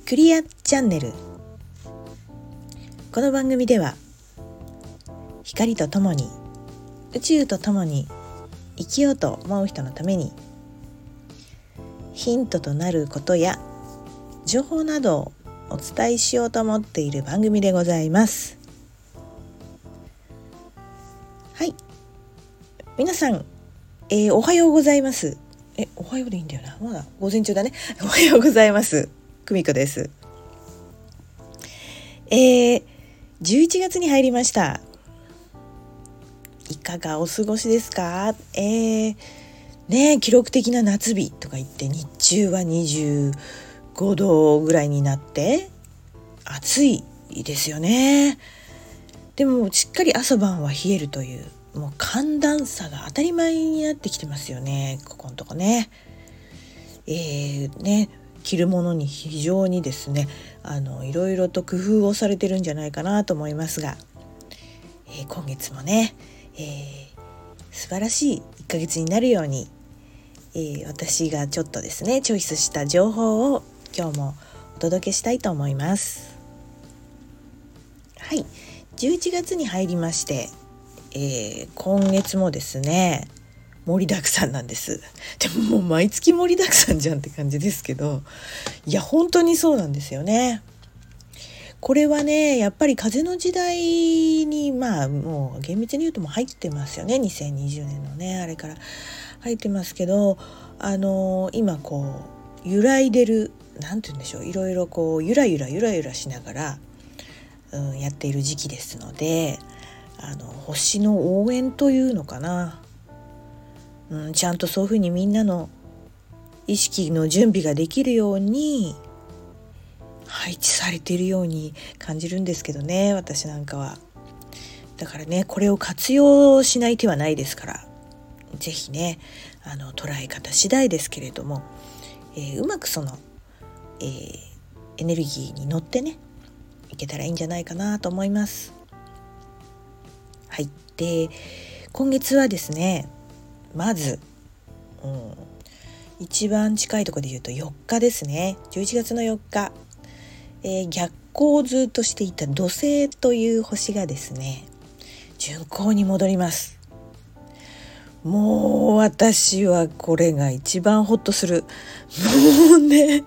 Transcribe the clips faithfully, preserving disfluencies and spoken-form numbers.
クリアチャンネル。この番組では光とともに宇宙とともに生きようと思う人のためにヒントとなることや情報などをお伝えしようと思っている番組でございます。はい、皆さん、えー、おはようございます。え、おはようでいいんだよな。まだ午前中だね。おはようございます。久美子です。えー、じゅういちがつに入りました。いかがお過ごしですか？えー、ね、記録的な夏日とか言って日中はにじゅうごどぐらいになって暑いですよね。でもしっかり朝晩は冷えるという、もう寒暖差が当たり前になってきてますよね、ここのとこね。えー、ね着るものに非常にですねあのいろいろと工夫をされてるんじゃないかなと思いますが、えー、今月もね、えー、素晴らしいいっかげつになるように、えー、私がちょっとですねチョイスした情報を今日もお届けしたいと思います。はい、じゅういちがつに入りまして、えー、今月もですね盛りだくさんなんです。でももう毎月盛りだくさんじゃんって感じですけど、いや本当にそうなんですよね。これはねやっぱり風の時代にまあもう厳密に言うとも入ってますよね。にせんにじゅうねんのねあれから入ってますけど、あのー、今こう揺らいでる、なんて言うんでしょう、いろいろこうゆらゆらゆらゆらしながら、うん、やっている時期ですので、あの星の応援というのかな、うん、ちゃんとそういうふうにみんなの意識の準備ができるように配置されているように感じるんですけどね、私なんかは。だからねこれを活用しない手はないですから、ぜひねあの捉え方次第ですけれども、えー、うまくその、えー、エネルギーに乗ってねいけたらいいんじゃないかなと思います。はい、で今月はですねまず、うん、一番近いところで言うとよっかですね。じゅういちがつのよっか、えー、逆行をずっとしていた土星という星がですね順行に戻ります。もう私はこれが一番ホッとする。もうね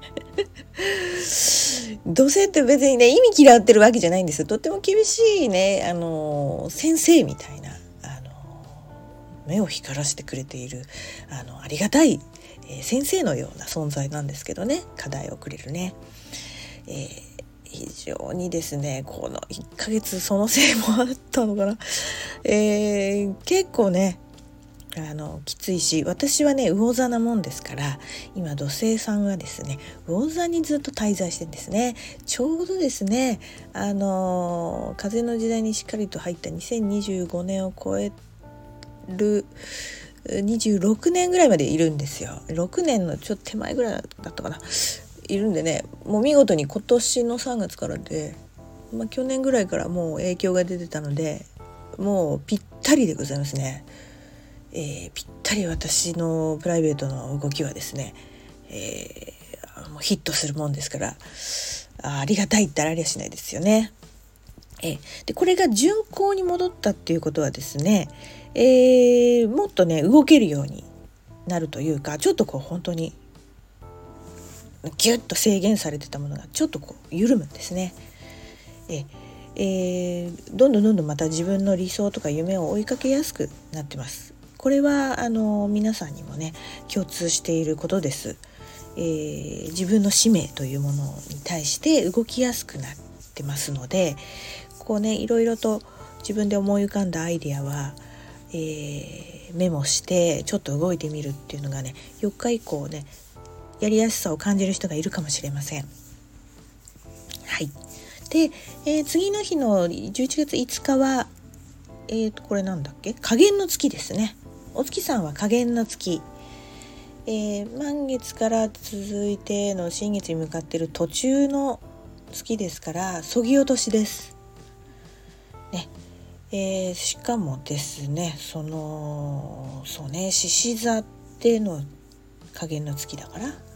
土星って別にね意味嫌ってるわけじゃないんですよ。とっても厳しいねあの先生みたいな、あの目を光らせてくれている あのありがたい、えー、先生のような存在なんですけどね、課題をくれるね、えー、非常にですねこのいっかげつそのせいもあったのかな、えー、結構ねあのきついし、私はね魚座なもんですから、今土星さんはですね魚座にずっと滞在してるんですね。ちょうどですねあの風の時代にしっかりと入ったにせんにじゅうごねんを超えるにじゅうろくねんぐらいまでいるんですよ。ろくねんのちょっと手前ぐらいだったかないるんでね、もう見事に今年のさんがつからで、まあ、去年ぐらいからもう影響が出てたのでもうぴったりでございますね。えー、ぴったり私のプライベートの動きはですね、えー、もうヒットするもんですから、 あ, ありがたいってあらりゃしないですよね。えー、でこれが順行に戻ったっていうことはですね、えー、もっとね動けるようになるというか、ちょっとこう本当にギュッと制限されてたものがちょっとこう緩むんですね。ええー、どんどんどんどんまた自分の理想とか夢を追いかけやすくなってます。これはあの皆さんにもね共通していることです。えー、自分の使命というものに対して動きやすくなってますので、こうねいろいろと自分で思い浮かんだアイデアは、えー、メモしてちょっと動いてみるっていうのがねよっか以降ねやりやすさを感じる人がいるかもしれません。はい。で、えー、次の日のじゅういちがついつかは、えー、とこれなんだっけ、下弦の月ですね。お月さんは下弦の月、えー、満月から続いての新月に向かっている途中の月ですから削ぎ落としですね。えー、しかもですねそのそうね獅子座っての下弦の月だから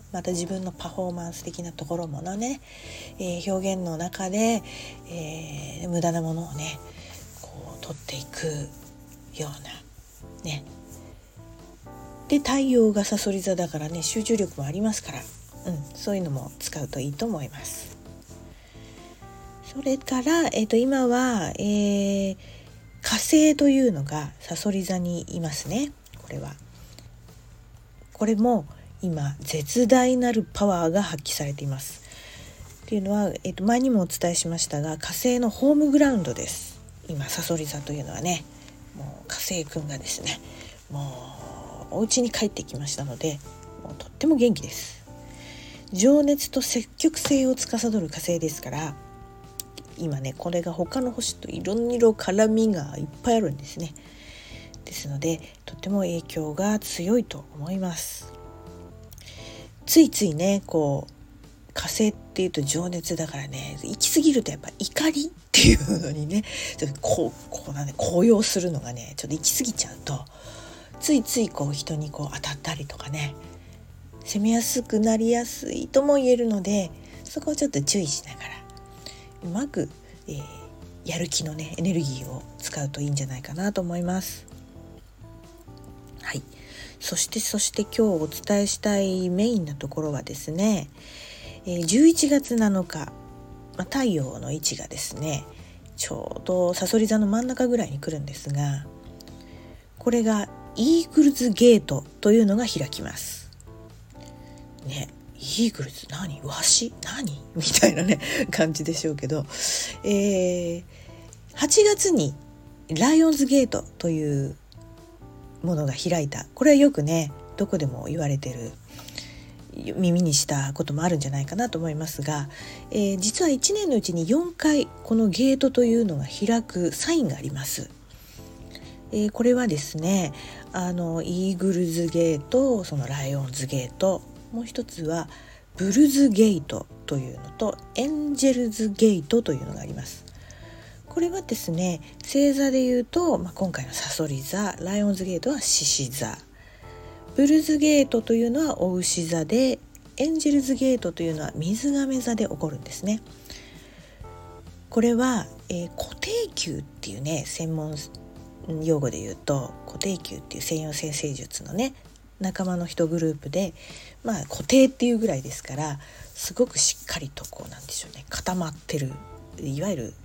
また自分のパフォーマンス的なところもね、えー、表現の中で、えー、無駄なものをねこう取っていくようなね。で太陽がさそり座だからね集中力もありますから、うん、そういうのも使うといいと思います。それから、えー、と今は、えー、火星というのがさそり座にいますね。これはこれも今絶大なるパワーが発揮されています。っていうのは、えー、と前にもお伝えしましたが火星のホームグラウンドです。今さそり座というのはね、もう火星くんがですねもうお家に帰ってきましたので、もうとっても元気です。情熱と積極性を司る火星ですから、今ねこれが他の星といろいろ絡みがいっぱいあるんですね。ですのでとても影響が強いと思います。ついついねこう火星っていうと情熱だからね、行き過ぎるとやっぱ怒りっていうのにねちょっとこうこうなんで高揚するのがねちょっと行き過ぎちゃうと、ついついこう人にこう当たったりとかね攻めやすくなりやすいとも言えるので、そこをちょっと注意しながらうまく、えー、やる気のねエネルギーを使うといいんじゃないかなと思います。はい、そしてそして今日お伝えしたいメインなところはですね、えー、じゅういちがつなのか、まあ、太陽の位置がですねちょうどさそり座の真ん中ぐらいに来るんですが、これがイーグルズゲートというのが開きますね。イーグルズ何ワシ何みたいなね感じでしょうけど、えー、はちがつにライオンズゲートというものが開いた。これはよくねどこでも言われてる、耳にしたこともあるんじゃないかなと思いますが、えー、実はいちねんのうちによんかいこのゲートというのが開くサインがあります。えー、これはですねあのイーグルズゲート、そのライオンズゲート、もう一つはブルズゲートというのとエンジェルズゲートというのがあります。これはですね星座でいうと、まあ、今回のさそり座、ライオンズゲートは獅子座、ブルズゲートというのは牡牛座で、エンジェルズゲートというのは水亀座で起こるんですね。これは、えー、固定球っていうね専門用語で言うと固定球っていう西洋占星術のね仲間の人グループで、まあ固定っていうぐらいですからすごくしっかりとこうなんでしょうね固まってる、いわゆる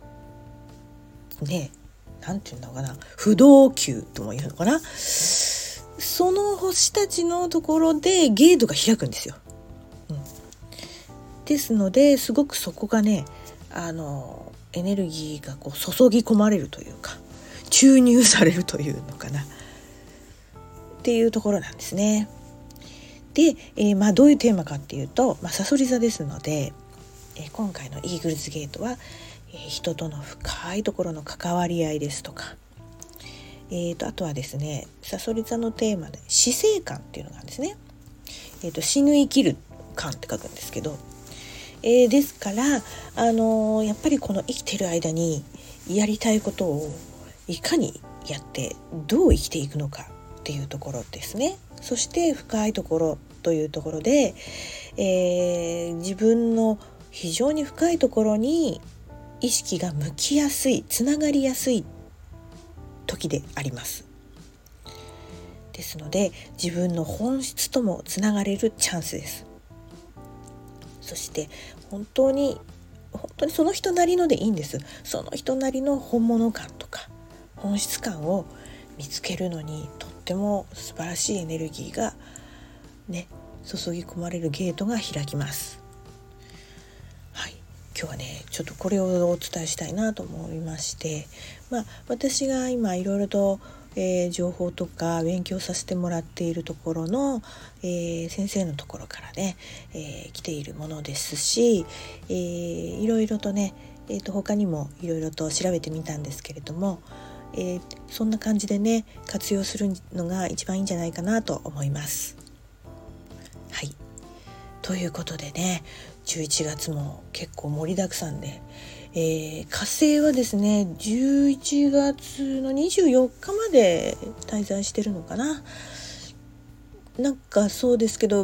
ねなんていうのかな不動球とも言うのかな、その星たちのところでゲートが開くんですよ、うん、ですのですごくそこがねあのエネルギーがこう注ぎ込まれるというか注入されるというのかなっていうところなんですね。で、えー、まあどういうテーマかっていうと、まあ、さそり座ですので、えー、今回のイーグルズゲートは、えー、人との深いところの関わり合いですとか、えー、とあとはですねさそり座のテーマで死生観っていうのがあるんですね。えー、と死ぬ生きる観って書くんですけど、えー、ですから、あのー、やっぱりこの生きてる間にやりたいことをいかにやってどう生きていくのかっていうところですね。そして深いところというところで、えー、自分の非常に深いところに意識が向きやすい、つながりやすい時であります。ですので自分の本質ともつながれるチャンスです。そして本当に本当にその人なりのでいいんです。その人なりの本物感とか本質感を見つけるのにとっても素晴らしいエネルギーがね注ぎ込まれるゲートが開きます。はい、今日はねちょっとこれをお伝えしたいなと思いまして、まあ私が今いろいろと、えー、情報とか勉強させてもらっているところの、えー、先生のところからね、えー、来ているものですし、えー、いろいろとね、えー、と他にもいろいろと調べてみたんですけれども、えー、そんな感じでね活用するのが一番いいんじゃないかなと思います。はい、ということでねじゅういちがつも結構盛りだくさんで、えー、火星はですねじゅういちがつのにじゅうよっかまで滞在してるのかな、なんかそうですけど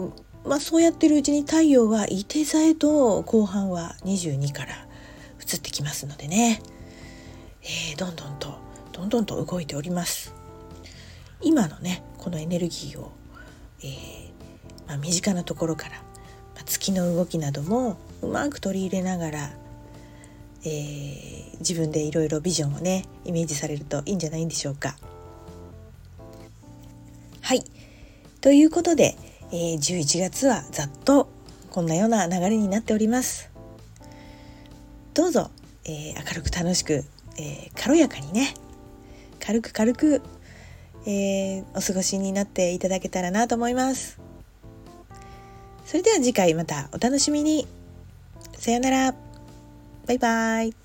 まあそうやってるうちに太陽は射手座へと後半はにじゅうにから移ってきますのでね、えー、どんどんとどんどんと動いております。今のねこのエネルギーを、えーまあ、身近なところから、まあ、月の動きなどもうまく取り入れながら、えー、自分でいろいろビジョンをねイメージされるといいんじゃないんでしょうか。はい、ということで、えー、じゅういちがつはざっとこんなような流れになっております。どうぞ、えー、明るく楽しく、えー、軽やかにね軽く軽く、えー、お過ごしになっていただけたらなと思います。それでは次回またお楽しみに。さよなら。バイバイ。